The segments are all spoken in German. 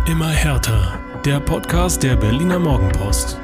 Immer härter. Der Podcast der Berliner Morgenpost.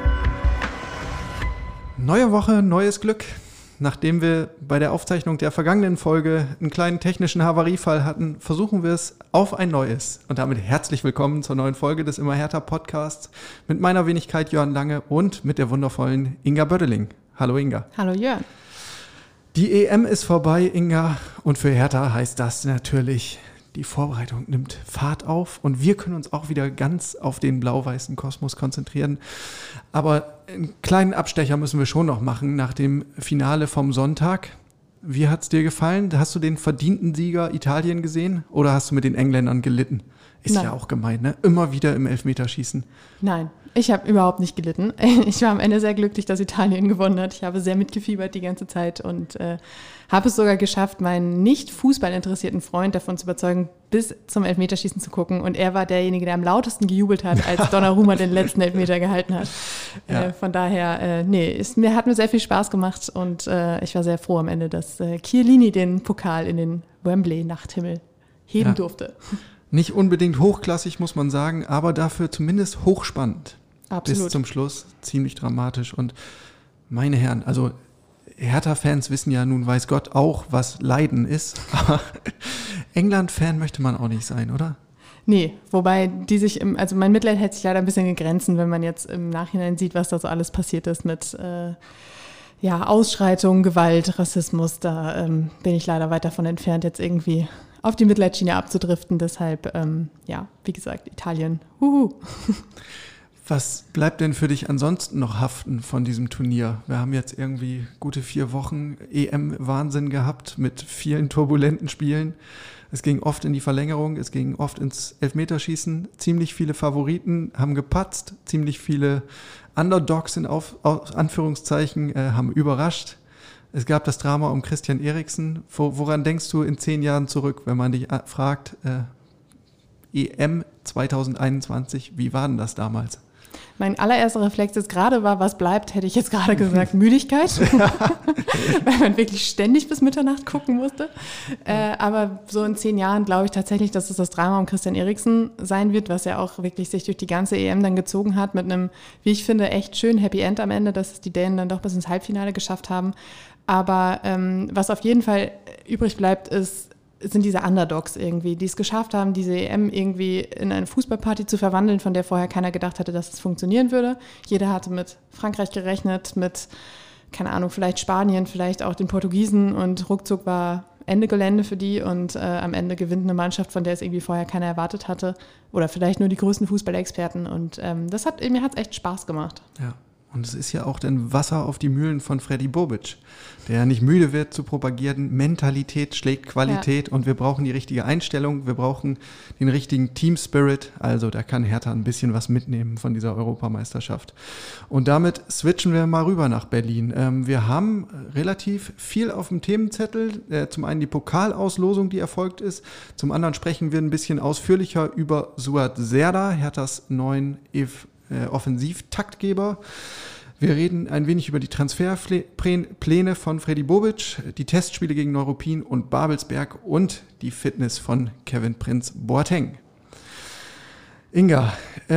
Neue Woche, neues Glück. Nachdem wir bei der Aufzeichnung der vergangenen Folge einen kleinen technischen Havariefall hatten, versuchen wir es auf ein neues. Und damit herzlich willkommen zur neuen Folge des Immer härter Podcasts mit meiner Wenigkeit Jörn Lange und mit der wundervollen Inga Bödeling. Hallo Inga. Hallo Jörn. Die EM ist vorbei, Inga, und für Hertha heißt das natürlich, die Vorbereitung nimmt Fahrt auf und wir können uns auch wieder ganz auf den blau-weißen Kosmos konzentrieren. Aber einen kleinen Abstecher müssen wir schon noch machen nach dem Finale vom Sonntag. Wie hat es dir gefallen? Hast du den verdienten Sieger Italien gesehen oder hast du mit den Engländern gelitten? Ist ja auch gemein, ne? Immer wieder im Elfmeterschießen. Nein, ich habe überhaupt nicht gelitten. Ich war am Ende sehr glücklich, dass Italien gewonnen hat. Ich habe sehr mitgefiebert die ganze Zeit und habe es sogar geschafft, meinen nicht Fußball interessierten Freund davon zu überzeugen, bis zum Elfmeterschießen zu gucken. Und er war derjenige, der am lautesten gejubelt hat, als Donnarumma den letzten Elfmeter gehalten hat. Ja. Von daher, hat mir sehr viel Spaß gemacht und ich war sehr froh am Ende, dass Chiellini den Pokal in den Wembley-Nachthimmel heben durfte. Nicht unbedingt hochklassig, muss man sagen, aber dafür zumindest hochspannend. Absolut. Bis zum Schluss, ziemlich dramatisch. Und meine Herren, also Hertha-Fans wissen ja nun, weiß Gott, auch, was Leiden ist. Aber England-Fan möchte man auch nicht sein, oder? Nee, wobei die sich, mein Mitleid hält sich leider ein bisschen in Grenzen, wenn man jetzt im Nachhinein sieht, was da so alles passiert ist mit Ausschreitungen, Gewalt, Rassismus. Da bin ich leider weit davon entfernt, jetzt irgendwie auf die Mitleidsschiene abzudriften. Deshalb, wie gesagt, Italien. Was bleibt denn für dich ansonsten noch haften von diesem Turnier? Wir haben jetzt irgendwie gute 4 Wochen EM-Wahnsinn gehabt mit vielen turbulenten Spielen. Es ging oft in die Verlängerung, es ging oft ins Elfmeterschießen. Ziemlich viele Favoriten haben gepatzt, ziemlich viele Underdogs in Anführungszeichen haben überrascht. Es gab das Drama um Christian Eriksen. Woran denkst du in 10 Jahren zurück, wenn man dich fragt, EM 2021, wie war denn das damals? Mein allererster Reflex jetzt gerade war, was bleibt, hätte ich jetzt gerade gesagt, Müdigkeit, weil man wirklich ständig bis Mitternacht gucken musste. Aber so in 10 Jahren glaube ich tatsächlich, dass es das Drama um Christian Eriksen sein wird, was ja auch wirklich sich durch die ganze EM dann gezogen hat, mit einem, wie ich finde, echt schönen Happy End am Ende, dass es die Dänen dann doch bis ins Halbfinale geschafft haben. Aber was auf jeden Fall übrig bleibt, sind diese Underdogs irgendwie, die es geschafft haben, diese EM irgendwie in eine Fußballparty zu verwandeln, von der vorher keiner gedacht hatte, dass es funktionieren würde. Jeder hatte mit Frankreich gerechnet, mit, keine Ahnung, vielleicht Spanien, vielleicht auch den Portugiesen und ruckzuck war Ende Gelände für die und am Ende gewinnt eine Mannschaft, von der es irgendwie vorher keiner erwartet hatte oder vielleicht nur die größten Fußballexperten und mir hat es echt Spaß gemacht. Ja. Und es ist ja auch dann Wasser auf die Mühlen von Freddy Bobic, der ja nicht müde wird zu propagieren, Mentalität schlägt Qualität und wir brauchen die richtige Einstellung, wir brauchen den richtigen Team Spirit, also da kann Hertha ein bisschen was mitnehmen von dieser Europameisterschaft. Und damit switchen wir mal rüber nach Berlin. Wir haben relativ viel auf dem Themenzettel, zum einen die Pokalauslosung, die erfolgt ist, zum anderen sprechen wir ein bisschen ausführlicher über Suat Serdar, Herthas neuen Offensivtaktgeber. Wir reden ein wenig über die Transferpläne von Freddy Bobic, die Testspiele gegen Neuruppin und Babelsberg und die Fitness von Kevin Prince Boateng. Inga,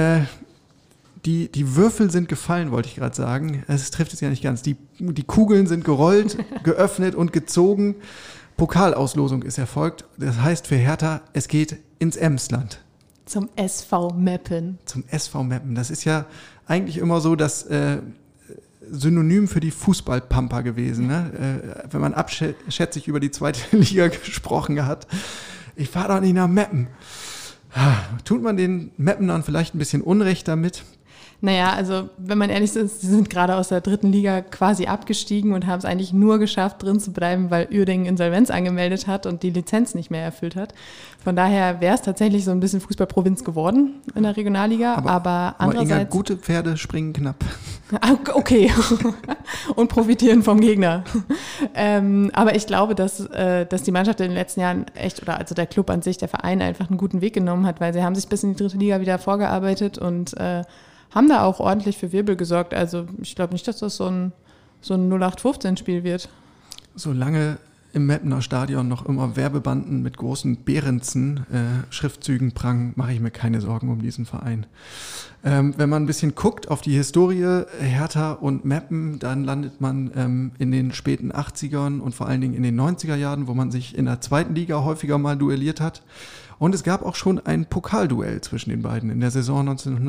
die Würfel sind gefallen, wollte ich gerade sagen. Es trifft es ja nicht ganz. Die Kugeln sind gerollt, geöffnet und gezogen. Pokalauslosung ist erfolgt. Das heißt für Hertha, es geht ins Emsland. Zum SV Meppen. Zum SV Meppen. Das ist ja eigentlich immer so das Synonym für die Fußballpampa gewesen. Ne? Wenn man abschätzig über die zweite Liga gesprochen hat. Ich fahre doch nicht nach Meppen. Tut man den Meppenern vielleicht ein bisschen Unrecht damit? Naja, also wenn man ehrlich ist, sie sind gerade aus der 3. Liga quasi abgestiegen und haben es eigentlich nur geschafft, drin zu bleiben, weil Uerdingen Insolvenz angemeldet hat und die Lizenz nicht mehr erfüllt hat. Von daher wäre es tatsächlich so ein bisschen Fußballprovinz geworden in der Regionalliga. Aber andererseits... Inga, gute Pferde springen knapp. Okay. Und profitieren vom Gegner. Aber ich glaube, dass die Mannschaft in den letzten Jahren also der Club an sich, der Verein einfach einen guten Weg genommen hat, weil sie haben sich bis in die 3. Liga wieder vorgearbeitet und haben da auch ordentlich für Wirbel gesorgt. Also ich glaube nicht, dass das so ein 0815-Spiel wird. Solange im Meppener Stadion noch immer Werbebanden mit großen Behrensen-Schriftzügen prangen, mache ich mir keine Sorgen um diesen Verein. Wenn man ein bisschen guckt auf die Historie Hertha und Meppen, dann landet man in den späten 80ern und vor allen Dingen in den 90er Jahren, wo man sich in der zweiten Liga häufiger mal duelliert hat. Und es gab auch schon ein Pokalduell zwischen den beiden in der Saison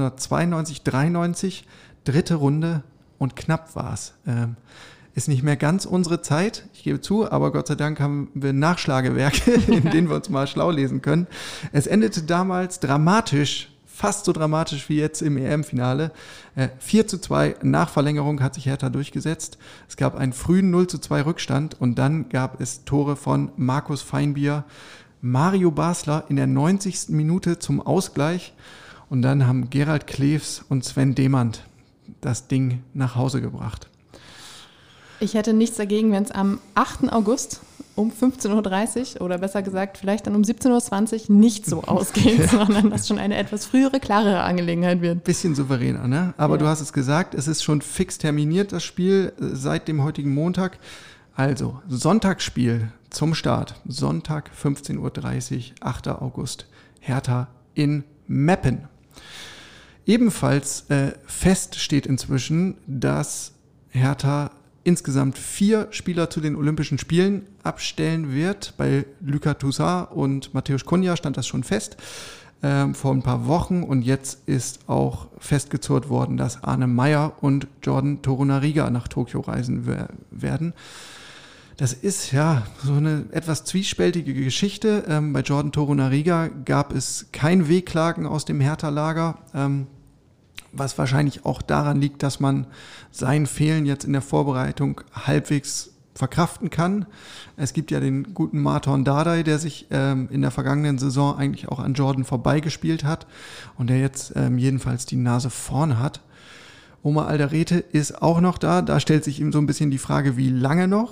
1992/93, dritte Runde und knapp war es. Ist nicht mehr ganz unsere Zeit, ich gebe zu, aber Gott sei Dank haben wir Nachschlagewerke, in denen wir uns mal schlau lesen können. Es endete damals dramatisch, fast so dramatisch wie jetzt im EM-Finale. 4:2 nach Verlängerung hat sich Hertha durchgesetzt. Es gab einen frühen 0:2 Rückstand und dann gab es Tore von Markus Feinbier, Mario Basler in der 90. Minute zum Ausgleich und dann haben Gerald Kleefs und Sven Demand das Ding nach Hause gebracht. Ich hätte nichts dagegen, wenn es am 8. August um 15:30 Uhr oder besser gesagt vielleicht dann um 17:20 Uhr nicht so ausgeht, sondern dass schon eine etwas frühere, klarere Angelegenheit wird. Bisschen souveräner, ne? Aber du hast es gesagt, es ist schon fix terminiert, das Spiel, seit dem heutigen Montag. Also, Sonntagsspiel zum Start. Sonntag 15:30 Uhr, 8. August. Hertha in Meppen. Ebenfalls fest steht inzwischen, dass Hertha insgesamt 4 Spieler zu den Olympischen Spielen abstellen wird. Bei Lucas Toussaint und Mateusz Cunha stand das schon fest vor ein paar Wochen. Und jetzt ist auch festgezurrt worden, dass Arne Meyer und Jordan Torunariga nach Tokio reisen werden. Das ist ja so eine etwas zwiespältige Geschichte. Bei Jordan Torunariga gab es kein Wehklagen aus dem Hertha-Lager, was wahrscheinlich auch daran liegt, dass man sein Fehlen jetzt in der Vorbereitung halbwegs verkraften kann. Es gibt ja den guten Marton Dardai, der sich in der vergangenen Saison eigentlich auch an Jordan vorbeigespielt hat und der jetzt jedenfalls die Nase vorn hat. Oma Alderete ist auch noch da. Da stellt sich ihm so ein bisschen die Frage, wie lange noch?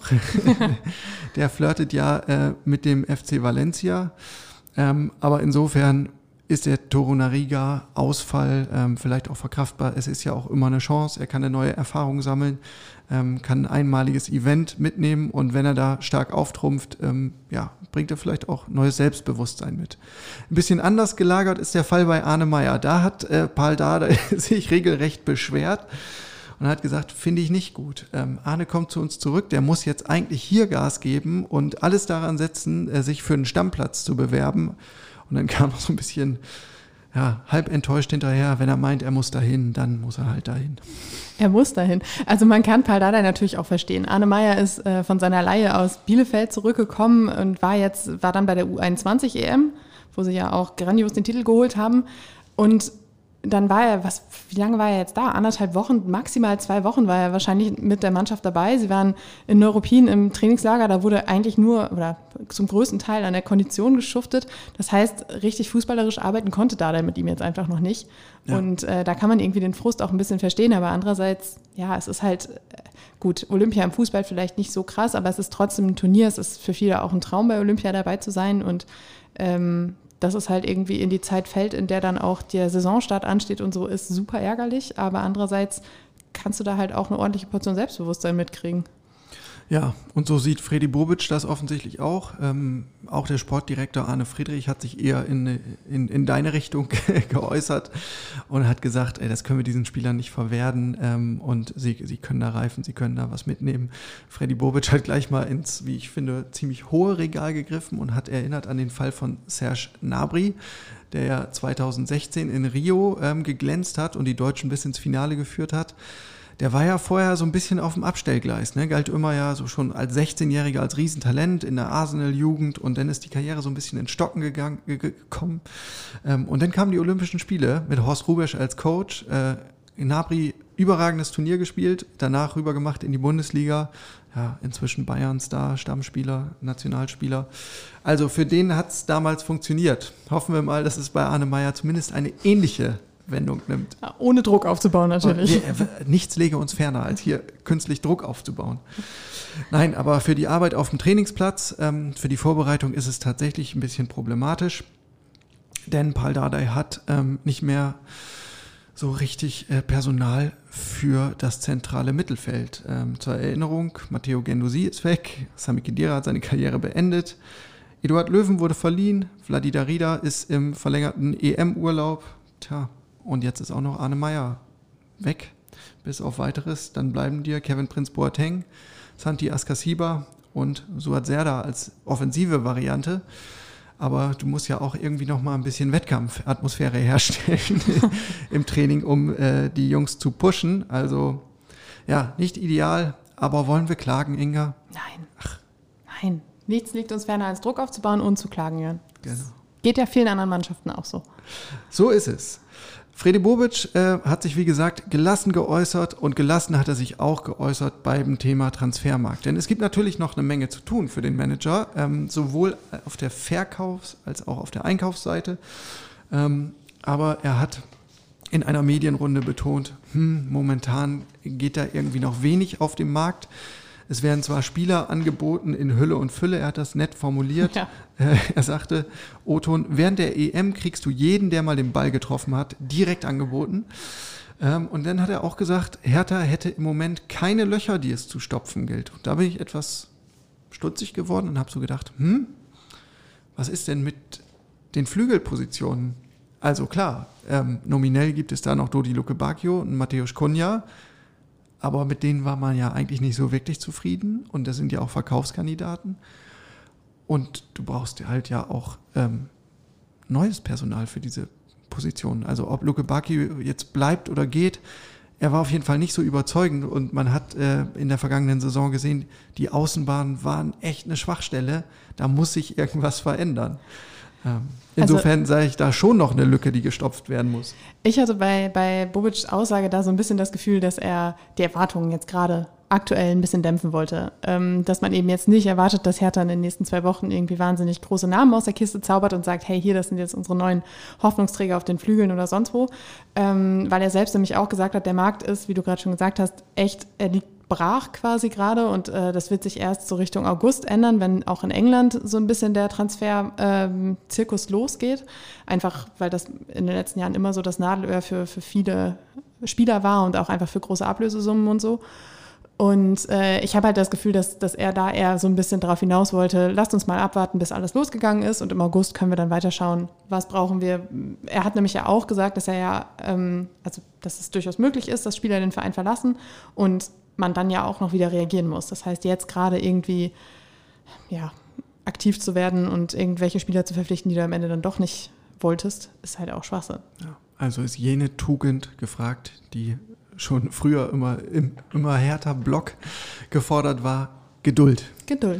Der flirtet ja mit dem FC Valencia. Aber insofern ist der Torunariga-Ausfall vielleicht auch verkraftbar. Es ist ja auch immer eine Chance. Er kann eine neue Erfahrung sammeln, kann ein einmaliges Event mitnehmen und wenn er da stark auftrumpft, bringt er vielleicht auch neues Selbstbewusstsein mit. Ein bisschen anders gelagert ist der Fall bei Arne Meyer. Da hat Pal Dardai sich regelrecht beschwert und hat gesagt, finde ich nicht gut. Arne kommt zu uns zurück, der muss jetzt eigentlich hier Gas geben und alles daran setzen, sich für einen Stammplatz zu bewerben. Und dann kam noch so ein bisschen halb enttäuscht hinterher, wenn er meint, er muss dahin, dann muss er halt dahin. Er muss dahin. Also man kann Pal Dardai natürlich auch verstehen. Arne Meyer ist von seiner Leihe aus Bielefeld zurückgekommen und war dann bei der U21 EM, wo sie ja auch grandios den Titel geholt haben. Und dann war er, wie lange war er jetzt da? 1,5 Wochen, maximal 2 Wochen war er wahrscheinlich mit der Mannschaft dabei. Sie waren in Neuruppin im Trainingslager, da wurde eigentlich nur oder zum größten Teil an der Kondition geschuftet. Das heißt, richtig fußballerisch arbeiten konnte Dardai mit ihm jetzt einfach noch nicht. Ja. Und da kann man irgendwie den Frust auch ein bisschen verstehen, aber andererseits, es ist halt gut, Olympia im Fußball vielleicht nicht so krass, aber es ist trotzdem ein Turnier, es ist für viele auch ein Traum, bei Olympia dabei zu sein und dass es halt irgendwie in die Zeit fällt, in der dann auch der Saisonstart ansteht und so, ist super ärgerlich. Aber andererseits kannst du da halt auch eine ordentliche Portion Selbstbewusstsein mitkriegen. Ja, und so sieht Fredi Bobic das offensichtlich auch. Auch der Sportdirektor Arne Friedrich hat sich eher in deine Richtung geäußert und hat gesagt, das können wir diesen Spielern nicht verwerten und sie können da reifen, sie können da was mitnehmen. Fredi Bobic hat gleich mal ins, wie ich finde, ziemlich hohe Regal gegriffen und hat erinnert an den Fall von Serge Gnabry, der ja 2016 in Rio geglänzt hat und die Deutschen bis ins Finale geführt hat. Der war ja vorher so ein bisschen auf dem Abstellgleis, ne? Galt immer ja so schon als 16-Jähriger als Riesentalent in der Arsenal-Jugend und dann ist die Karriere so ein bisschen in Stocken gekommen. Und dann kamen die Olympischen Spiele mit Horst Hrubesch als Coach. Gnabry überragendes Turnier gespielt, danach rübergemacht in die Bundesliga. Ja, inzwischen Bayern-Star, Stammspieler, Nationalspieler. Also für den hat es damals funktioniert. Hoffen wir mal, dass es bei Arne Meyer zumindest eine ähnliche Wendung nimmt. Ohne Druck aufzubauen natürlich. Nichts lege uns ferner, als hier künstlich Druck aufzubauen. Nein, aber für die Arbeit auf dem Trainingsplatz, für die Vorbereitung ist es tatsächlich ein bisschen problematisch, denn Pal Dardai hat nicht mehr so richtig Personal für das zentrale Mittelfeld. Zur Erinnerung, Matteo Guendouzi ist weg, Sami Khedira hat seine Karriere beendet, Eduard Löwen wurde verliehen, Vladi Darida ist im verlängerten EM-Urlaub, und jetzt ist auch noch Arne Meyer weg, bis auf Weiteres. Dann bleiben dir Kevin Prince Boateng, Santi Askasiba und Suat Serdar als offensive Variante. Aber du musst ja auch irgendwie noch mal ein bisschen Wettkampfatmosphäre herstellen im Training, um die Jungs zu pushen. Also ja, nicht ideal, aber wollen wir klagen, Inga? Nein. Nichts liegt uns ferner, als Druck aufzubauen und zu klagen, Jörn. Genau. Geht ja vielen anderen Mannschaften auch so. So ist es. Fredi Bobic hat sich, wie gesagt, gelassen geäußert und gelassen hat er sich auch geäußert beim Thema Transfermarkt. Denn es gibt natürlich noch eine Menge zu tun für den Manager, sowohl auf der Verkaufs- als auch auf der Einkaufsseite. Aber er hat in einer Medienrunde betont, momentan geht da irgendwie noch wenig auf dem Markt. Es werden zwar Spieler angeboten in Hülle und Fülle, er hat das nett formuliert. Ja. Er sagte, O-Ton, während der EM kriegst du jeden, der mal den Ball getroffen hat, direkt angeboten. Und dann hat er auch gesagt, Hertha hätte im Moment keine Löcher, die es zu stopfen gilt. Und da bin ich etwas stutzig geworden und habe so gedacht, was ist denn mit den Flügelpositionen? Also klar, nominell gibt es da noch Dodi Lukebakio und Mateusz Cunha, aber mit denen war man ja eigentlich nicht so wirklich zufrieden und das sind ja auch Verkaufskandidaten und du brauchst halt ja auch neues Personal für diese Positionen. Also ob Lukebakio jetzt bleibt oder geht, er war auf jeden Fall nicht so überzeugend und man hat in der vergangenen Saison gesehen, die Außenbahnen waren echt eine Schwachstelle, da muss sich irgendwas verändern. Insofern sage ich da schon noch eine Lücke, die gestopft werden muss. Ich hatte bei Bobics Aussage da so ein bisschen das Gefühl, dass er die Erwartungen jetzt gerade aktuell ein bisschen dämpfen wollte. Dass man eben jetzt nicht erwartet, dass Hertha in den nächsten 2 Wochen irgendwie wahnsinnig große Namen aus der Kiste zaubert und sagt, hey, hier, das sind jetzt unsere neuen Hoffnungsträger auf den Flügeln oder sonst wo. Weil er selbst nämlich auch gesagt hat, der Markt ist, wie du gerade schon gesagt hast, echt, er liegt brach quasi gerade und das wird sich erst so Richtung August ändern, wenn auch in England so ein bisschen der Transfer-Zirkus losgeht. Einfach, weil das in den letzten Jahren immer so das Nadelöhr für viele Spieler war und auch einfach für große Ablösesummen und so. Und ich habe halt das Gefühl, dass er da eher so ein bisschen darauf hinaus wollte, lasst uns mal abwarten, bis alles losgegangen ist und im August können wir dann weiterschauen, was brauchen wir. Er hat nämlich ja auch gesagt, dass er ja, also dass es durchaus möglich ist, dass Spieler den Verein verlassen und man dann ja auch noch wieder reagieren muss. Das heißt, jetzt gerade irgendwie aktiv zu werden und irgendwelche Spieler zu verpflichten, die du am Ende dann doch nicht wolltest, ist halt auch Schwachsinn. Ja, also ist jene Tugend gefragt, die schon früher immer härter Block gefordert war, Geduld. Geduld.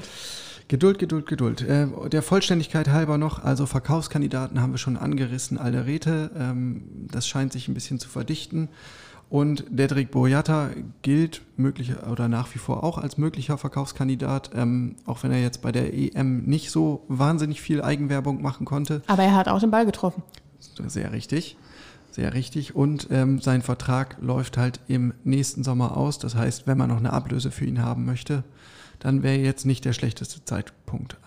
Der Vollständigkeit halber noch, also Verkaufskandidaten haben wir schon angerissen, Alderete, das scheint sich ein bisschen zu verdichten. Und Dedrick Boyata gilt nach wie vor auch als möglicher Verkaufskandidat, auch wenn er jetzt bei der EM nicht so wahnsinnig viel Eigenwerbung machen konnte. Aber er hat auch den Ball getroffen. Sehr richtig. Und sein Vertrag läuft halt im nächsten Sommer aus. Das heißt, wenn man noch eine Ablöse für ihn haben möchte, dann wäre jetzt nicht der schlechteste Zeitpunkt.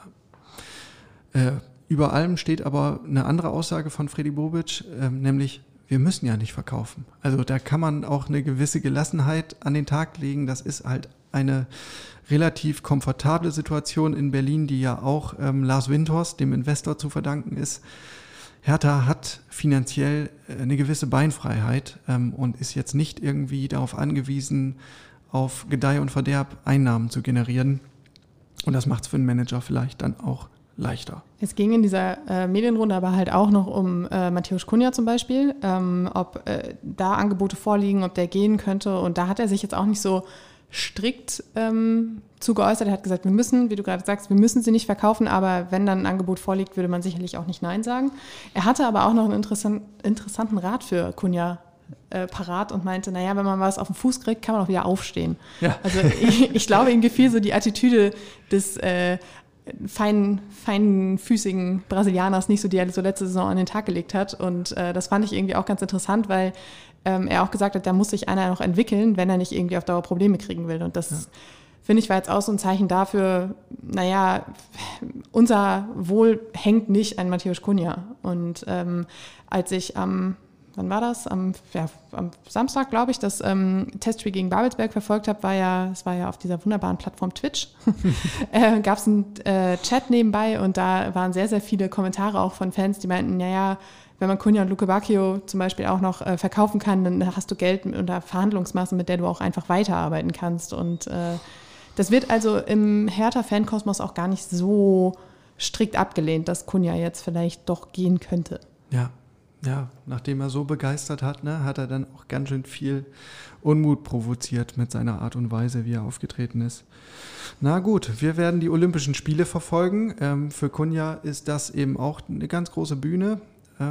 Über allem steht aber eine andere Aussage von Fredi Bobic, nämlich, wir müssen ja nicht verkaufen. Also da kann man auch eine gewisse Gelassenheit an den Tag legen. Das ist halt eine relativ komfortable Situation in Berlin, die ja auch Lars Windhorst, dem Investor, zu verdanken ist. Hertha hat finanziell eine gewisse Beinfreiheit und ist jetzt nicht irgendwie darauf angewiesen, auf Gedeih und Verderb Einnahmen zu generieren. Und das macht es für einen Manager vielleicht dann auch leichter. Es ging in dieser Medienrunde aber halt auch noch um Mateusz Cunha zum Beispiel, ob da Angebote vorliegen, ob der gehen könnte. Und da hat er sich jetzt auch nicht so strikt zu geäußert. Er hat gesagt, wir müssen, wie du gerade sagst, wir müssen sie nicht verkaufen, aber wenn dann ein Angebot vorliegt, würde man sicherlich auch nicht Nein sagen. Er hatte aber auch noch einen interessanten Rat für Cunha parat und meinte, naja, wenn man was auf den Fuß kriegt, kann man auch wieder aufstehen. Ja. Also ich glaube, ihm gefiel so die Attitüde des feinfüßigen Brasilianers nicht so, die er so letzte Saison an den Tag gelegt hat. Und das fand ich irgendwie auch ganz interessant, weil er auch gesagt hat, da muss sich einer noch entwickeln, wenn er nicht irgendwie auf Dauer Probleme kriegen will. Und das, finde ich, war jetzt auch so ein Zeichen dafür, naja, unser Wohl hängt nicht an Mateusz Cunha. Und als ich am wann war das? Am Samstag, glaube ich, das Testspiel gegen Babelsberg verfolgt habe, es war ja auf dieser wunderbaren Plattform Twitch, gab es einen Chat nebenbei und da waren sehr, sehr viele Kommentare auch von Fans, die meinten, naja, wenn man Cunha und Luke Bacchio zum Beispiel auch noch verkaufen kann, dann hast du Geld oder Verhandlungsmasse, mit der du auch einfach weiterarbeiten kannst. Und das wird also im Hertha-Fankosmos auch gar nicht so strikt abgelehnt, dass Cunha jetzt vielleicht doch gehen könnte. Ja, nachdem er so begeistert hat, ne, hat er dann auch ganz schön viel Unmut provoziert mit seiner Art und Weise, wie er aufgetreten ist. Na gut, wir werden die Olympischen Spiele verfolgen. Für Cunha ist das eben auch eine ganz große Bühne.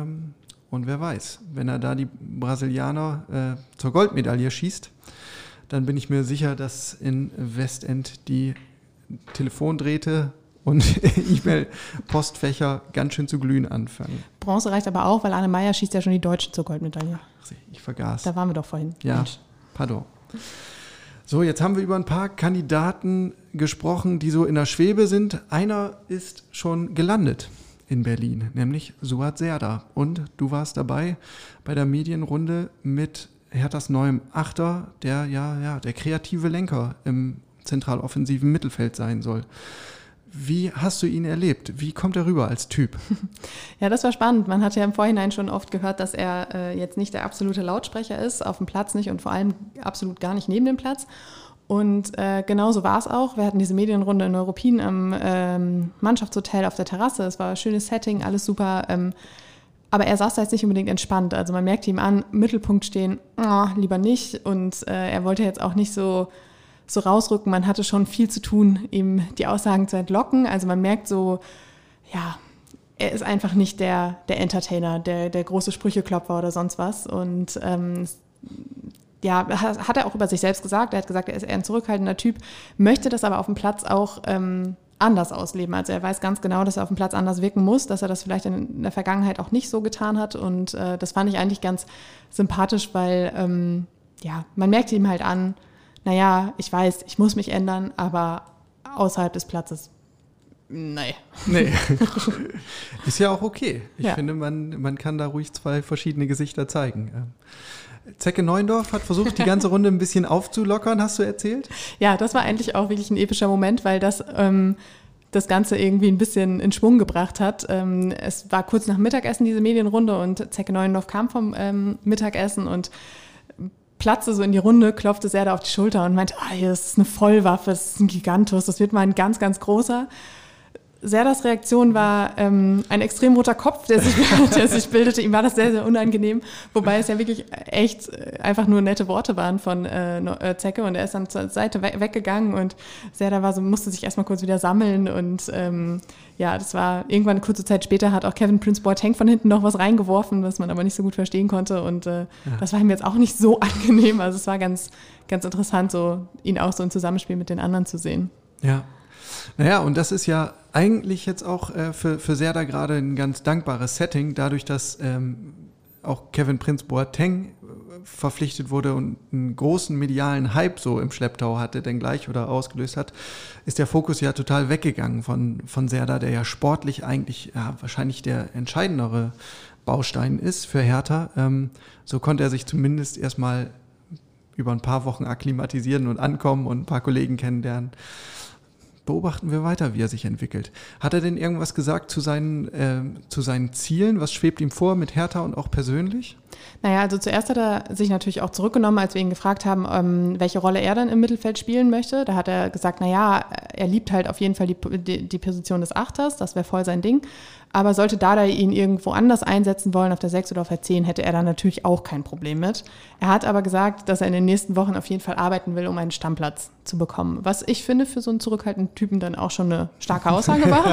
Und wer weiß, wenn er da die Brasilianer zur Goldmedaille schießt, dann bin ich mir sicher, dass in Westend die Telefondrähte und E-Mail-Postfächer ganz schön zu glühen anfangen. Bronze reicht aber auch, weil Arne Meyer schießt ja schon die Deutschen zur Goldmedaille. Ach, ich vergaß. Da waren wir doch vorhin. Ja, Mensch. Pardon. So, jetzt haben wir über ein paar Kandidaten gesprochen, die so in der Schwebe sind. Einer ist schon gelandet in Berlin, nämlich Suat Serdar. Und du warst dabei bei der Medienrunde mit Herthas neuem Achter, der der kreative Lenker im zentraloffensiven Mittelfeld sein soll. Wie hast du ihn erlebt? Wie kommt er rüber als Typ? Ja, das war spannend. Man hat ja im Vorhinein schon oft gehört, dass er jetzt nicht der absolute Lautsprecher ist, auf dem Platz nicht und vor allem absolut gar nicht neben dem Platz. Und genau so war es auch. Wir hatten diese Medienrunde in Neuruppin am Mannschaftshotel auf der Terrasse. Es war ein schönes Setting, alles super. Aber er saß da jetzt nicht unbedingt entspannt. Also man merkte ihm an, Mittelpunkt stehen, lieber nicht. Und er wollte jetzt auch nicht so rausrücken. Man hatte schon viel zu tun, ihm die Aussagen zu entlocken. Also man merkt so, ja, er ist einfach nicht der Entertainer, der große Sprücheklopfer oder sonst was. Und hat er auch über sich selbst gesagt. Er hat gesagt, er ist eher ein zurückhaltender Typ, möchte das aber auf dem Platz auch anders ausleben. Also er weiß ganz genau, dass er auf dem Platz anders wirken muss, dass er das vielleicht in der Vergangenheit auch nicht so getan hat. Und das fand ich eigentlich ganz sympathisch, weil man merkt ihm halt an, naja, ich weiß, ich muss mich ändern, aber außerhalb des Platzes, nee. Ist ja auch okay. Ich finde, man kann da ruhig zwei verschiedene Gesichter zeigen. Zecke Neuendorf hat versucht, die ganze Runde ein bisschen aufzulockern, hast du erzählt? Ja, das war eigentlich auch wirklich ein epischer Moment, weil das Ganze irgendwie ein bisschen in Schwung gebracht hat. Es war kurz nach Mittagessen, diese Medienrunde, und Zecke Neuendorf kam vom Mittagessen und platzte so in die Runde, klopfte Serdar auf die Schulter und meinte, hier ist eine Vollwaffe, das ist ein Gigantus, das wird mal ein ganz, ganz großer. Serdars Reaktion war ein extrem roter Kopf, der sich bildete. Ihm war das sehr, sehr unangenehm, wobei es ja wirklich echt einfach nur nette Worte waren von Zecke, und er ist dann zur Seite weggegangen und Serdar musste sich erstmal kurz wieder sammeln und das war irgendwann eine kurze Zeit später, hat auch Kevin Prince Boateng von hinten noch was reingeworfen, was man aber nicht so gut verstehen konnte, und das war ihm jetzt auch nicht so angenehm. Also es war ganz, ganz interessant, so ihn auch so im Zusammenspiel mit den anderen zu sehen. Ja. Naja, und das ist ja eigentlich jetzt auch für Serdar gerade ein ganz dankbares Setting, dadurch, dass auch Kevin Prince Boateng verpflichtet wurde und einen großen medialen Hype so im Schlepptau hatte, denn gleich oder ausgelöst hat, ist der Fokus ja total weggegangen von Serdar, der ja sportlich eigentlich wahrscheinlich der entscheidendere Baustein ist für Hertha. So konnte er sich zumindest erstmal über ein paar Wochen akklimatisieren und ankommen und ein paar Kollegen kennenlernen. Beobachten wir weiter, wie er sich entwickelt. Hat er denn irgendwas gesagt zu seinen Zielen? Was schwebt ihm vor mit Hertha und auch persönlich? Naja, also zuerst hat er sich natürlich auch zurückgenommen, als wir ihn gefragt haben, welche Rolle er dann im Mittelfeld spielen möchte. Da hat er gesagt, naja, er liebt halt auf jeden Fall die Position des Achters, das wäre voll sein Ding. Aber sollte Dada ihn irgendwo anders einsetzen wollen, auf der 6 oder auf der 10, hätte er da natürlich auch kein Problem mit. Er hat aber gesagt, dass er in den nächsten Wochen auf jeden Fall arbeiten will, um einen Stammplatz zu bekommen. Was ich finde, für so einen zurückhaltenden Typen dann auch schon eine starke Aussage war.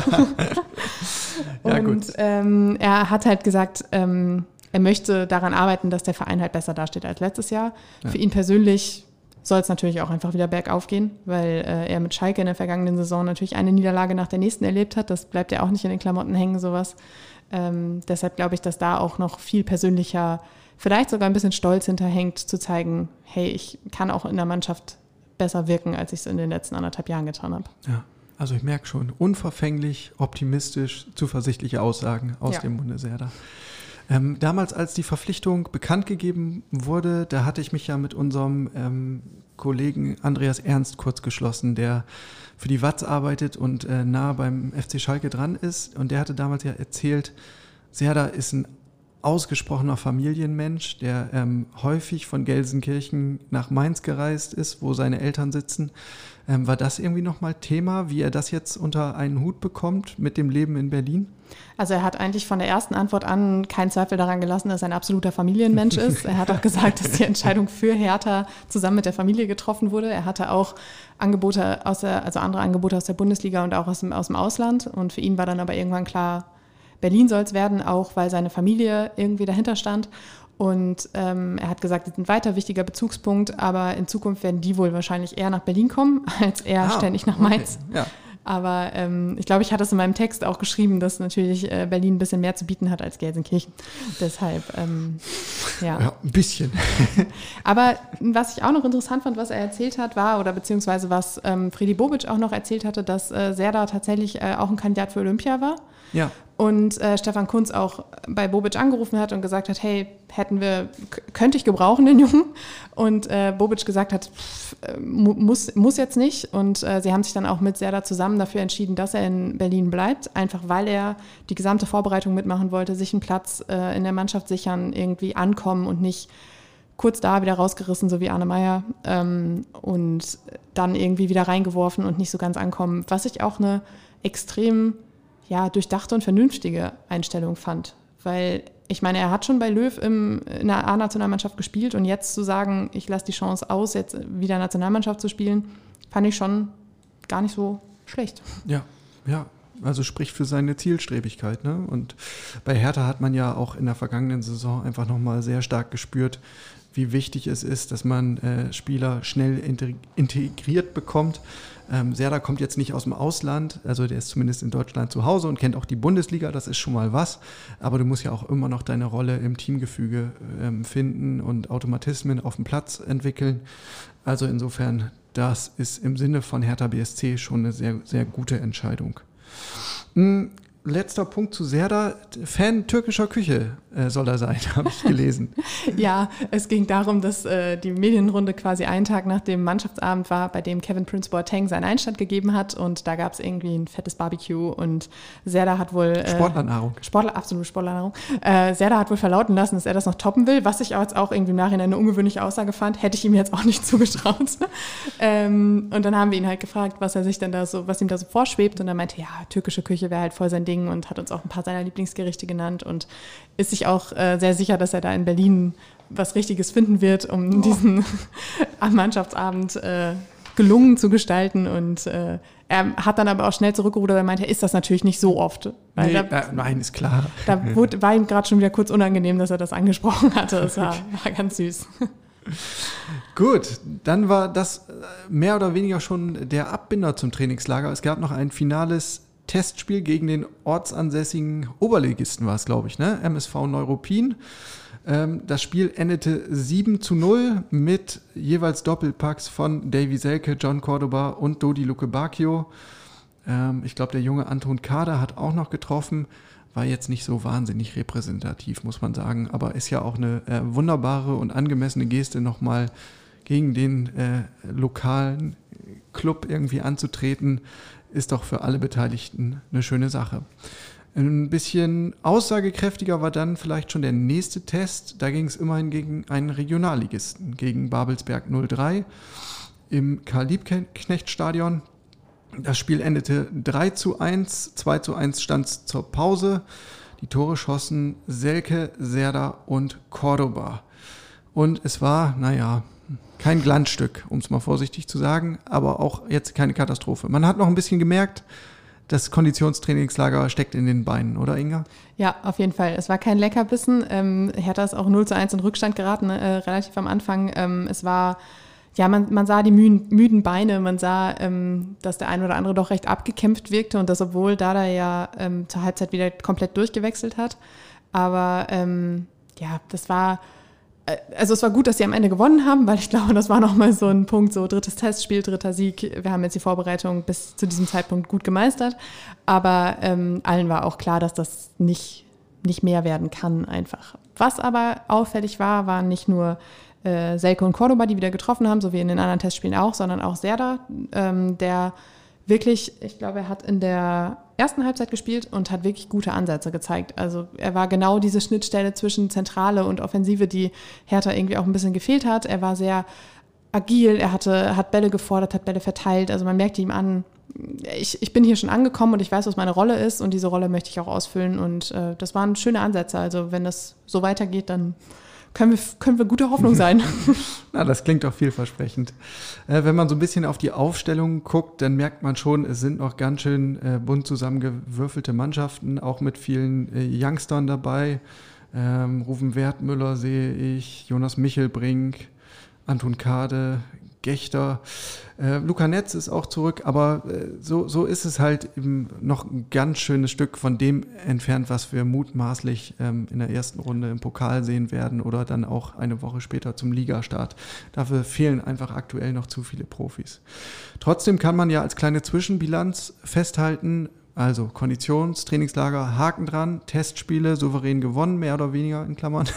Ja, und er hat halt gesagt, er möchte daran arbeiten, dass der Verein halt besser dasteht als letztes Jahr. Ja. Für ihn persönlich soll es natürlich auch einfach wieder bergauf gehen, weil er mit Schalke in der vergangenen Saison natürlich eine Niederlage nach der nächsten erlebt hat. Das bleibt ja auch nicht in den Klamotten hängen, sowas. Deshalb glaube ich, dass da auch noch viel persönlicher, vielleicht sogar ein bisschen Stolz hinterhängt, zu zeigen, hey, ich kann auch in der Mannschaft besser wirken, als ich es in den letzten 1,5 Jahren getan habe. Ja, also ich merke schon, unverfänglich, optimistisch, zuversichtliche Aussagen aus dem Munde Serdar. Damals, als die Verpflichtung bekannt gegeben wurde, da hatte ich mich ja mit unserem Kollegen Andreas Ernst kurz geschlossen, der für die Watz arbeitet und nah beim FC Schalke dran ist. Und der hatte damals ja erzählt, Serdar ist ein ausgesprochener Familienmensch, der häufig von Gelsenkirchen nach Mainz gereist ist, wo seine Eltern sitzen. War das irgendwie nochmal Thema, wie er das jetzt unter einen Hut bekommt mit dem Leben in Berlin? Also er hat eigentlich von der ersten Antwort an keinen Zweifel daran gelassen, dass er ein absoluter Familienmensch ist. Er hat auch gesagt, dass die Entscheidung für Hertha zusammen mit der Familie getroffen wurde. Er hatte auch andere Angebote aus der Bundesliga und auch aus dem Ausland. Und für ihn war dann aber irgendwann klar, Berlin soll es werden, auch weil seine Familie irgendwie dahinter stand. Und er hat gesagt, die sind weiter wichtiger Bezugspunkt, aber in Zukunft werden die wohl wahrscheinlich eher nach Berlin kommen, als er ständig nach Mainz. Okay. Ja. Aber ich glaube, ich hatte es in meinem Text auch geschrieben, dass natürlich Berlin ein bisschen mehr zu bieten hat als Gelsenkirchen. Deshalb, ja. Ja, ein bisschen. Aber was ich auch noch interessant fand, was er erzählt hat, beziehungsweise was Fredi Bobic auch noch erzählt hatte, dass Serdar tatsächlich auch ein Kandidat für Olympia war. Ja. Und Stefan Kuntz auch bei Bobic angerufen hat und gesagt hat, hey, könnte ich gebrauchen, den Jungen? Und Bobic gesagt hat, muss jetzt nicht. Und sie haben sich dann auch mit Serdar zusammen dafür entschieden, dass er in Berlin bleibt, einfach weil er die gesamte Vorbereitung mitmachen wollte, sich einen Platz in der Mannschaft sichern, irgendwie ankommen und nicht kurz da wieder rausgerissen, so wie Arne Meyer, und dann irgendwie wieder reingeworfen und nicht so ganz ankommen. Was ich auch eine extrem durchdachte und vernünftige Einstellung fand. Weil, ich meine, er hat schon bei Löw in der A-Nationalmannschaft gespielt und jetzt zu sagen, ich lasse die Chance aus, jetzt wieder Nationalmannschaft zu spielen, fand ich schon gar nicht so schlecht. Ja, also spricht für seine Zielstrebigkeit, ne? Und bei Hertha hat man ja auch in der vergangenen Saison einfach nochmal sehr stark gespürt, wie wichtig es ist, dass man Spieler schnell integriert bekommt. Serdar kommt jetzt nicht aus dem Ausland, also der ist zumindest in Deutschland zu Hause und kennt auch die Bundesliga, das ist schon mal was, aber du musst ja auch immer noch deine Rolle im Teamgefüge finden und Automatismen auf dem Platz entwickeln. Also insofern, das ist im Sinne von Hertha BSC schon eine sehr, sehr gute Entscheidung. Letzter Punkt zu Serdar. Fan türkischer Küche soll er sein, habe ich gelesen. Ja, es ging darum, dass die Medienrunde quasi einen Tag nach dem Mannschaftsabend war, bei dem Kevin Prince Boateng seinen Einstand gegeben hat und da gab es irgendwie ein fettes Barbecue und Serdar hat wohl... Sportlernahrung. Absolute Sportlernahrung. Serdar hat wohl verlauten lassen, dass er das noch toppen will, was ich jetzt auch irgendwie im Nachhinein eine ungewöhnliche Aussage fand, hätte ich ihm jetzt auch nicht zugetraut. Und dann haben wir ihn halt gefragt, was ihm da so vorschwebt und er meinte, ja, türkische Küche wäre halt voll sein Ding und hat uns auch ein paar seiner Lieblingsgerichte genannt und ist sich auch sehr sicher, dass er da in Berlin was Richtiges finden wird, um diesen Mannschaftsabend gelungen zu gestalten. Und er hat dann aber auch schnell zurückgerudert, weil er meinte, ist das natürlich nicht so oft. Weil nein, ist klar. Da war ihm gerade schon wieder kurz unangenehm, dass er das angesprochen hatte. Das war ganz süß. Gut, dann war das mehr oder weniger schon der Abbinder zum Trainingslager. Es gab noch ein finales Testspiel gegen den ortsansässigen Oberligisten war es, glaube ich, ne? MSV Neuruppin. Das Spiel endete 7-0 mit jeweils Doppelpacks von Davy Selke, John Cordoba und Dodi Lukebakio. Ich glaube, der junge Anton Kader hat auch noch getroffen. War jetzt nicht so wahnsinnig repräsentativ, muss man sagen. Aber ist ja auch eine wunderbare und angemessene Geste, nochmal gegen den lokalen Club irgendwie anzutreten. Ist doch für alle Beteiligten eine schöne Sache. Ein bisschen aussagekräftiger war dann vielleicht schon der nächste Test. Da ging es immerhin gegen einen Regionalligisten, gegen Babelsberg 03 im Karl-Liebknecht-Stadion. Das Spiel endete 3-1, 2-1 stand es zur Pause. Die Tore schossen Selke, Serdar und Cordoba. Und es war, kein Glanzstück, um es mal vorsichtig zu sagen, aber auch jetzt keine Katastrophe. Man hat noch ein bisschen gemerkt, das Konditionstrainingslager steckt in den Beinen, oder Inga? Ja, auf jeden Fall. Es war kein Leckerbissen. Hertha ist auch 0-1 in Rückstand geraten, relativ am Anfang. Es war, man sah die müden Beine, man sah, dass der ein oder andere doch recht abgekämpft wirkte und das, obwohl Dada ja zur Halbzeit wieder komplett durchgewechselt hat. Aber das war... Also es war gut, dass sie am Ende gewonnen haben, weil ich glaube, das war nochmal so ein Punkt, so drittes Testspiel, dritter Sieg. Wir haben jetzt die Vorbereitung bis zu diesem Zeitpunkt gut gemeistert, aber allen war auch klar, dass das nicht nicht mehr werden kann einfach. Was aber auffällig war, waren nicht nur Selke und Cordoba, die wieder getroffen haben, so wie in den anderen Testspielen auch, sondern auch Serdar, der wirklich, ich glaube, er hat in der ersten Halbzeit gespielt und hat wirklich gute Ansätze gezeigt. Also er war genau diese Schnittstelle zwischen Zentrale und Offensive, die Hertha irgendwie auch ein bisschen gefehlt hat. Er war sehr agil, er hat Bälle gefordert, hat Bälle verteilt. Also man merkte ihm an, ich bin hier schon angekommen und ich weiß, was meine Rolle ist und diese Rolle möchte ich auch ausfüllen. Und das waren schöne Ansätze. Also wenn das so weitergeht, dann können wir gute Hoffnung sein. Na, das klingt doch vielversprechend. Wenn man so ein bisschen auf die Aufstellung guckt, dann merkt man schon, es sind noch ganz schön bunt zusammengewürfelte Mannschaften, auch mit vielen Youngstern dabei. Ruven Wertmüller sehe ich, Jonas Michelbrink, Anton Kade, Gechter. Luca Netz ist auch zurück, aber so ist es halt eben noch ein ganz schönes Stück von dem entfernt, was wir mutmaßlich in der ersten Runde im Pokal sehen werden oder dann auch eine Woche später zum Ligastart. Dafür fehlen einfach aktuell noch zu viele Profis. Trotzdem kann man ja als kleine Zwischenbilanz festhalten, also Konditionstrainingslager, Haken dran, Testspiele souverän gewonnen, mehr oder weniger in Klammern.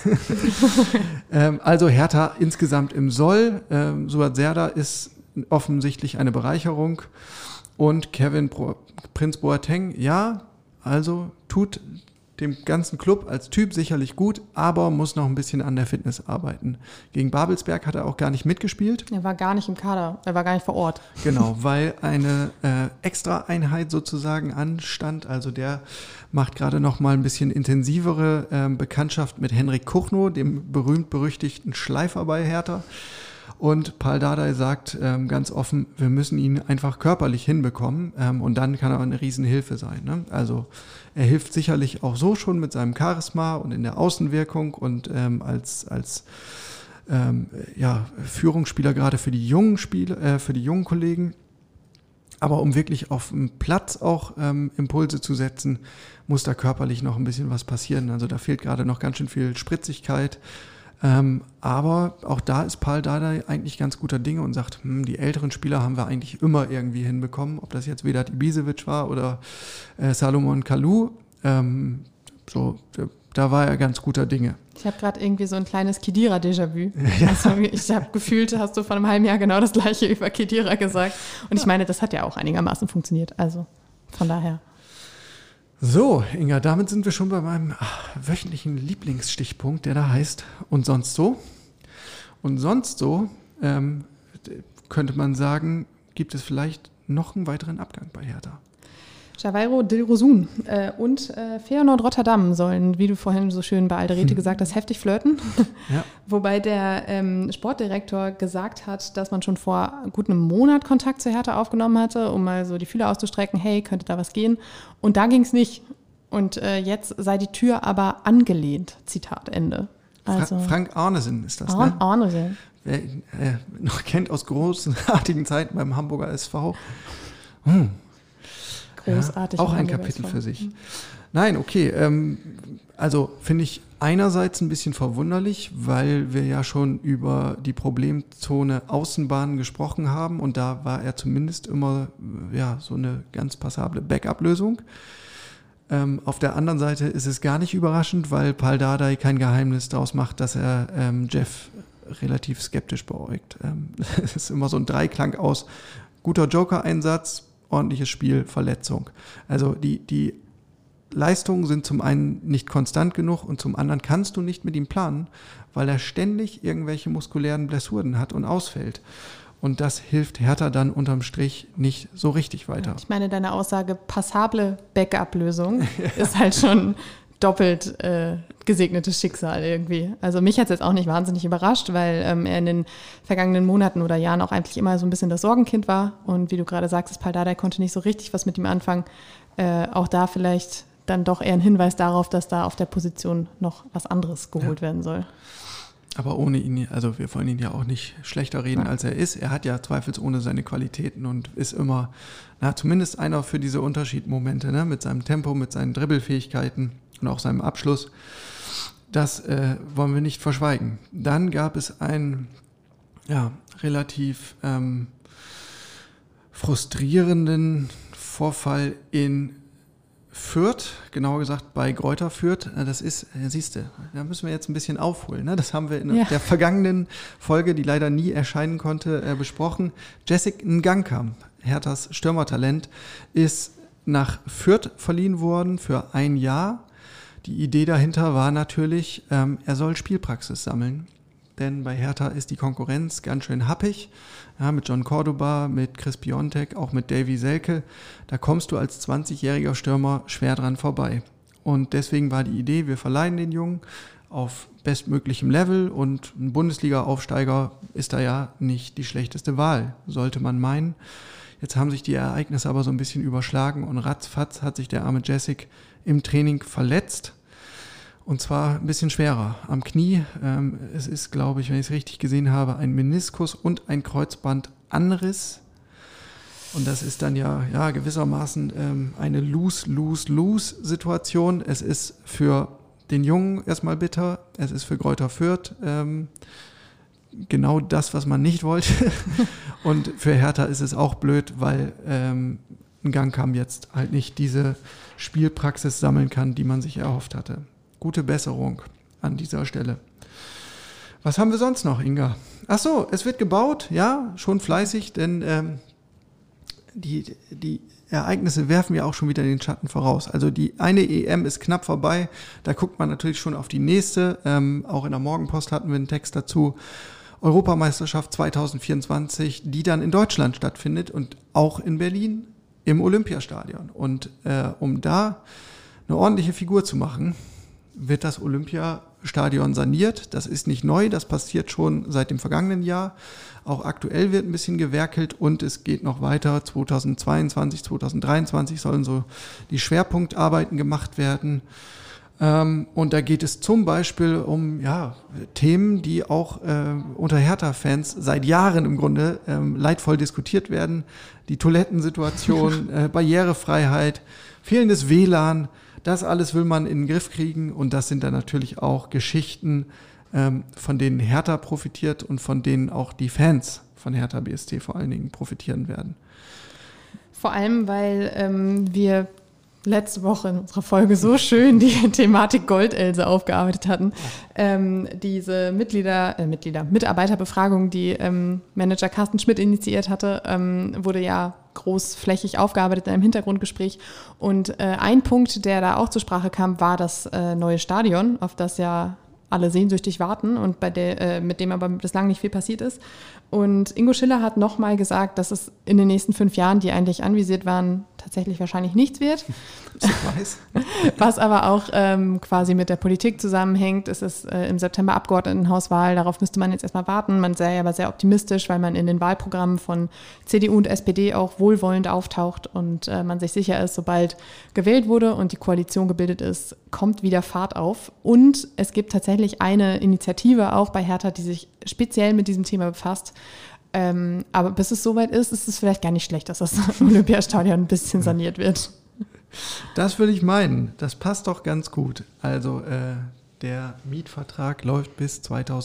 Also Hertha insgesamt im Soll. Suat Serdar ist offensichtlich eine Bereicherung. Und Kevin Prince Boateng, ja, also tut dem ganzen Club als Typ sicherlich gut, aber muss noch ein bisschen an der Fitness arbeiten. Gegen Babelsberg hat er auch gar nicht mitgespielt. Er war gar nicht im Kader, er war gar nicht vor Ort. Genau, weil eine Extra-Einheit sozusagen anstand. Also der macht gerade noch mal ein bisschen intensivere Bekanntschaft mit Henrik Kuchno, dem berühmt-berüchtigten Schleifer bei Hertha. Und Pal Dardai sagt ganz offen, wir müssen ihn einfach körperlich hinbekommen und dann kann er eine Riesenhilfe sein. Ne? Also er hilft sicherlich auch so schon mit seinem Charisma und in der Außenwirkung und als Führungsspieler gerade für die jungen für die jungen Kollegen. Aber um wirklich auf dem Platz auch Impulse zu setzen, muss da körperlich noch ein bisschen was passieren. Also da fehlt gerade noch ganz schön viel Spritzigkeit. Aber auch da ist Pal Dardai eigentlich ganz guter Dinge und sagt, die älteren Spieler haben wir eigentlich immer irgendwie hinbekommen, ob das jetzt Vedat Ibisevic war oder Salomon Kalou, da war er ganz guter Dinge. Ich habe gerade irgendwie so ein kleines Khedira-Déjà-vu. Ja. Also ich habe gefühlt, hast du vor einem halben Jahr genau das Gleiche über Khedira gesagt. Und ich meine, das hat ja auch einigermaßen funktioniert. Also von daher. So, Inga, damit sind wir schon bei meinem wöchentlichen Lieblingsstichpunkt, der da heißt Und sonst so? Und sonst so könnte man sagen, gibt es vielleicht noch einen weiteren Abgang bei Hertha. Javairo Dilrosun und Feyenoord Rotterdam sollen, wie du vorhin so schön bei Alderete gesagt hast, heftig flirten. Ja. Wobei der Sportdirektor gesagt hat, dass man schon vor gut einem Monat Kontakt zu Hertha aufgenommen hatte, um mal so die Fühler auszustrecken, hey, könnte da was gehen? Und da ging es nicht. Und jetzt sei die Tür aber angelehnt. Zitat Ende. Also, Frank Arnesen ist das, ne? Ne? Arnesen. Wer ihn noch kennt aus großartigen Zeiten beim Hamburger SV. Großartig. Ja, auch ein Kapitel für sich. Nein, okay. Also finde ich einerseits ein bisschen verwunderlich, weil wir ja schon über die Problemzone Außenbahn gesprochen haben und da war er zumindest immer so eine ganz passable Backup-Lösung. Auf der anderen Seite ist es gar nicht überraschend, weil Pal Dardai kein Geheimnis daraus macht, dass er Jeff relativ skeptisch beäugt. Es ist immer so ein Dreiklang aus guter Joker-Einsatz, ordentliches Spiel, Verletzung. Also die Leistungen sind zum einen nicht konstant genug und zum anderen kannst du nicht mit ihm planen, weil er ständig irgendwelche muskulären Blessuren hat und ausfällt. Und das hilft Hertha dann unterm Strich nicht so richtig weiter. Ich meine, deine Aussage, passable Backup-Lösung ist halt schon doppelt gesegnetes Schicksal irgendwie. Also mich hat es jetzt auch nicht wahnsinnig überrascht, weil er in den vergangenen Monaten oder Jahren auch eigentlich immer so ein bisschen das Sorgenkind war. Und wie du gerade sagst, Pal Dardai konnte nicht so richtig was mit ihm anfangen. Auch da vielleicht dann doch eher ein Hinweis darauf, dass da auf der Position noch was anderes geholt werden soll. Aber ohne ihn, also wir wollen ihn ja auch nicht schlechter reden, als er ist. Er hat ja zweifelsohne seine Qualitäten und ist immer, zumindest einer für diese Unterschiedmomente, ne? Mit seinem Tempo, mit seinen Dribbelfähigkeiten und auch seinem Abschluss. Das wollen wir nicht verschweigen. Dann gab es einen relativ frustrierenden Vorfall in Fürth, genauer gesagt bei Greuther Fürth. Das ist, siehst du, da müssen wir jetzt ein bisschen aufholen. Ne? Das haben wir in der vergangenen Folge, die leider nie erscheinen konnte, besprochen. Jessic Ngankam, Herthas Stürmertalent, ist nach Fürth verliehen worden für 1 Jahr. Die Idee dahinter war natürlich, er soll Spielpraxis sammeln. Denn bei Hertha ist die Konkurrenz ganz schön happig. Ja, mit John Cordoba, mit Chris Piontek, auch mit Davy Selke. Da kommst du als 20-jähriger Stürmer schwer dran vorbei. Und deswegen war die Idee, wir verleihen den Jungen auf bestmöglichem Level und ein Bundesliga-Aufsteiger ist da ja nicht die schlechteste Wahl, sollte man meinen. Jetzt haben sich die Ereignisse aber so ein bisschen überschlagen und ratzfatz hat sich der arme Jessic im Training verletzt. Und zwar ein bisschen schwerer am Knie. Es ist, glaube ich, wenn ich es richtig gesehen habe, ein Meniskus und ein Kreuzbandanriss. Und das ist dann ja gewissermaßen eine Lose-Lose-Lose-Situation. Es ist für den Jungen erstmal bitter. Es ist für Greuther Fürth genau das, was man nicht wollte. Und für Hertha ist es auch blöd, weil Ngankam jetzt halt nicht diese Spielpraxis sammeln kann, die man sich erhofft hatte. Gute Besserung an dieser Stelle. Was haben wir sonst noch, Inga? Ach so, es wird gebaut, ja, schon fleißig, denn die Ereignisse werfen ja auch schon wieder den Schatten voraus. Also die eine EM ist knapp vorbei, da guckt man natürlich schon auf die nächste. Auch in der Morgenpost hatten wir einen Text dazu. Europameisterschaft 2024, die dann in Deutschland stattfindet und auch in Berlin im Olympiastadion. Und um da eine ordentliche Figur zu machen, wird das Olympiastadion saniert. Das ist nicht neu, das passiert schon seit dem vergangenen Jahr. Auch aktuell wird ein bisschen gewerkelt und es geht noch weiter. 2022, 2023 sollen so die Schwerpunktarbeiten gemacht werden. Und da geht es zum Beispiel um Themen, die auch unter Hertha-Fans seit Jahren im Grunde leidvoll diskutiert werden. Die Toilettensituation, Barrierefreiheit, fehlendes WLAN. Das alles will man in den Griff kriegen und das sind dann natürlich auch Geschichten, von denen Hertha profitiert und von denen auch die Fans von Hertha BSC vor allen Dingen profitieren werden. Vor allem, weil wir letzte Woche in unserer Folge so schön die Thematik Goldelse aufgearbeitet hatten. Diese Mitarbeiterbefragung, die Manager Carsten Schmidt initiiert hatte, wurde ja großflächig aufgearbeitet in einem Hintergrundgespräch. Und ein Punkt, der da auch zur Sprache kam, war das neue Stadion, auf das ja alle sehnsüchtig warten und mit dem aber bislang nicht viel passiert ist. Und Ingo Schiller hat nochmal gesagt, dass es in den nächsten 5 Jahren, die eigentlich anvisiert waren, tatsächlich wahrscheinlich nichts wird. Was aber auch quasi mit der Politik zusammenhängt. Es ist im September Abgeordnetenhauswahl, darauf müsste man jetzt erstmal warten. Man sei aber sehr optimistisch, weil man in den Wahlprogrammen von CDU und SPD auch wohlwollend auftaucht und man sich sicher ist, sobald gewählt wurde und die Koalition gebildet ist, kommt wieder Fahrt auf. Und es gibt tatsächlich eine Initiative auch bei Hertha, die sich speziell mit diesem Thema befasst. Aber bis es soweit ist es vielleicht gar nicht schlecht, dass das Olympiastadion ein bisschen saniert wird. Das würde ich meinen. Das passt doch ganz gut. Also der Mietvertrag läuft bis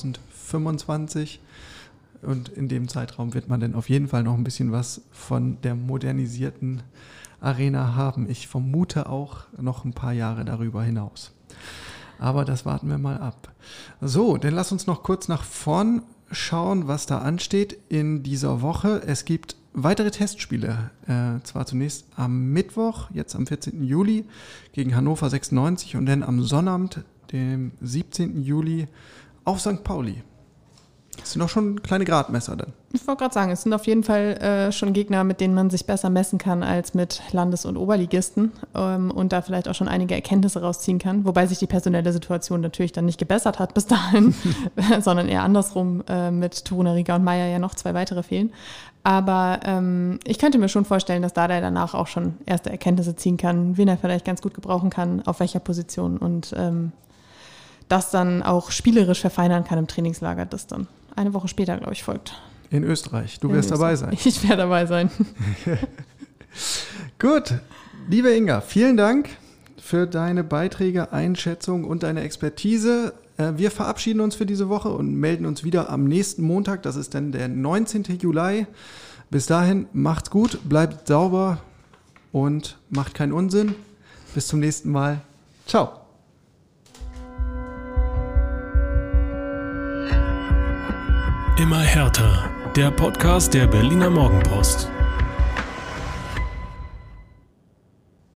2025 und in dem Zeitraum wird man dann auf jeden Fall noch ein bisschen was von der modernisierten Arena haben. Ich vermute auch noch ein paar Jahre darüber hinaus. Aber das warten wir mal ab. So, dann lass uns noch kurz nach vorn schauen, was da ansteht in dieser Woche. Es gibt weitere Testspiele, zwar zunächst am Mittwoch, jetzt am 14. Juli gegen Hannover 96 und dann am Sonnabend, dem 17. Juli, auf St. Pauli. Das sind doch schon kleine Gradmesser dann. Ich wollte gerade sagen, es sind auf jeden Fall schon Gegner, mit denen man sich besser messen kann als mit Landes- und Oberligisten und da vielleicht auch schon einige Erkenntnisse rausziehen kann, wobei sich die personelle Situation natürlich dann nicht gebessert hat bis dahin, sondern eher andersrum mit Toruna Riga und Meier ja noch 2 weitere fehlen. Aber ich könnte mir schon vorstellen, dass Dardai danach auch schon erste Erkenntnisse ziehen kann, wen er vielleicht ganz gut gebrauchen kann, auf welcher Position und das dann auch spielerisch verfeinern kann im Trainingslager, das dann eine Woche später, glaube ich, folgt. In Österreich. Du wirst dabei sein. Ich werde dabei sein. Gut. Liebe Inga, vielen Dank für deine Beiträge, Einschätzung und deine Expertise. Wir verabschieden uns für diese Woche und melden uns wieder am nächsten Montag. Das ist dann der 19. Juli. Bis dahin, macht's gut, bleibt sauber und macht keinen Unsinn. Bis zum nächsten Mal. Ciao. Immer härter. Der Podcast der Berliner Morgenpost.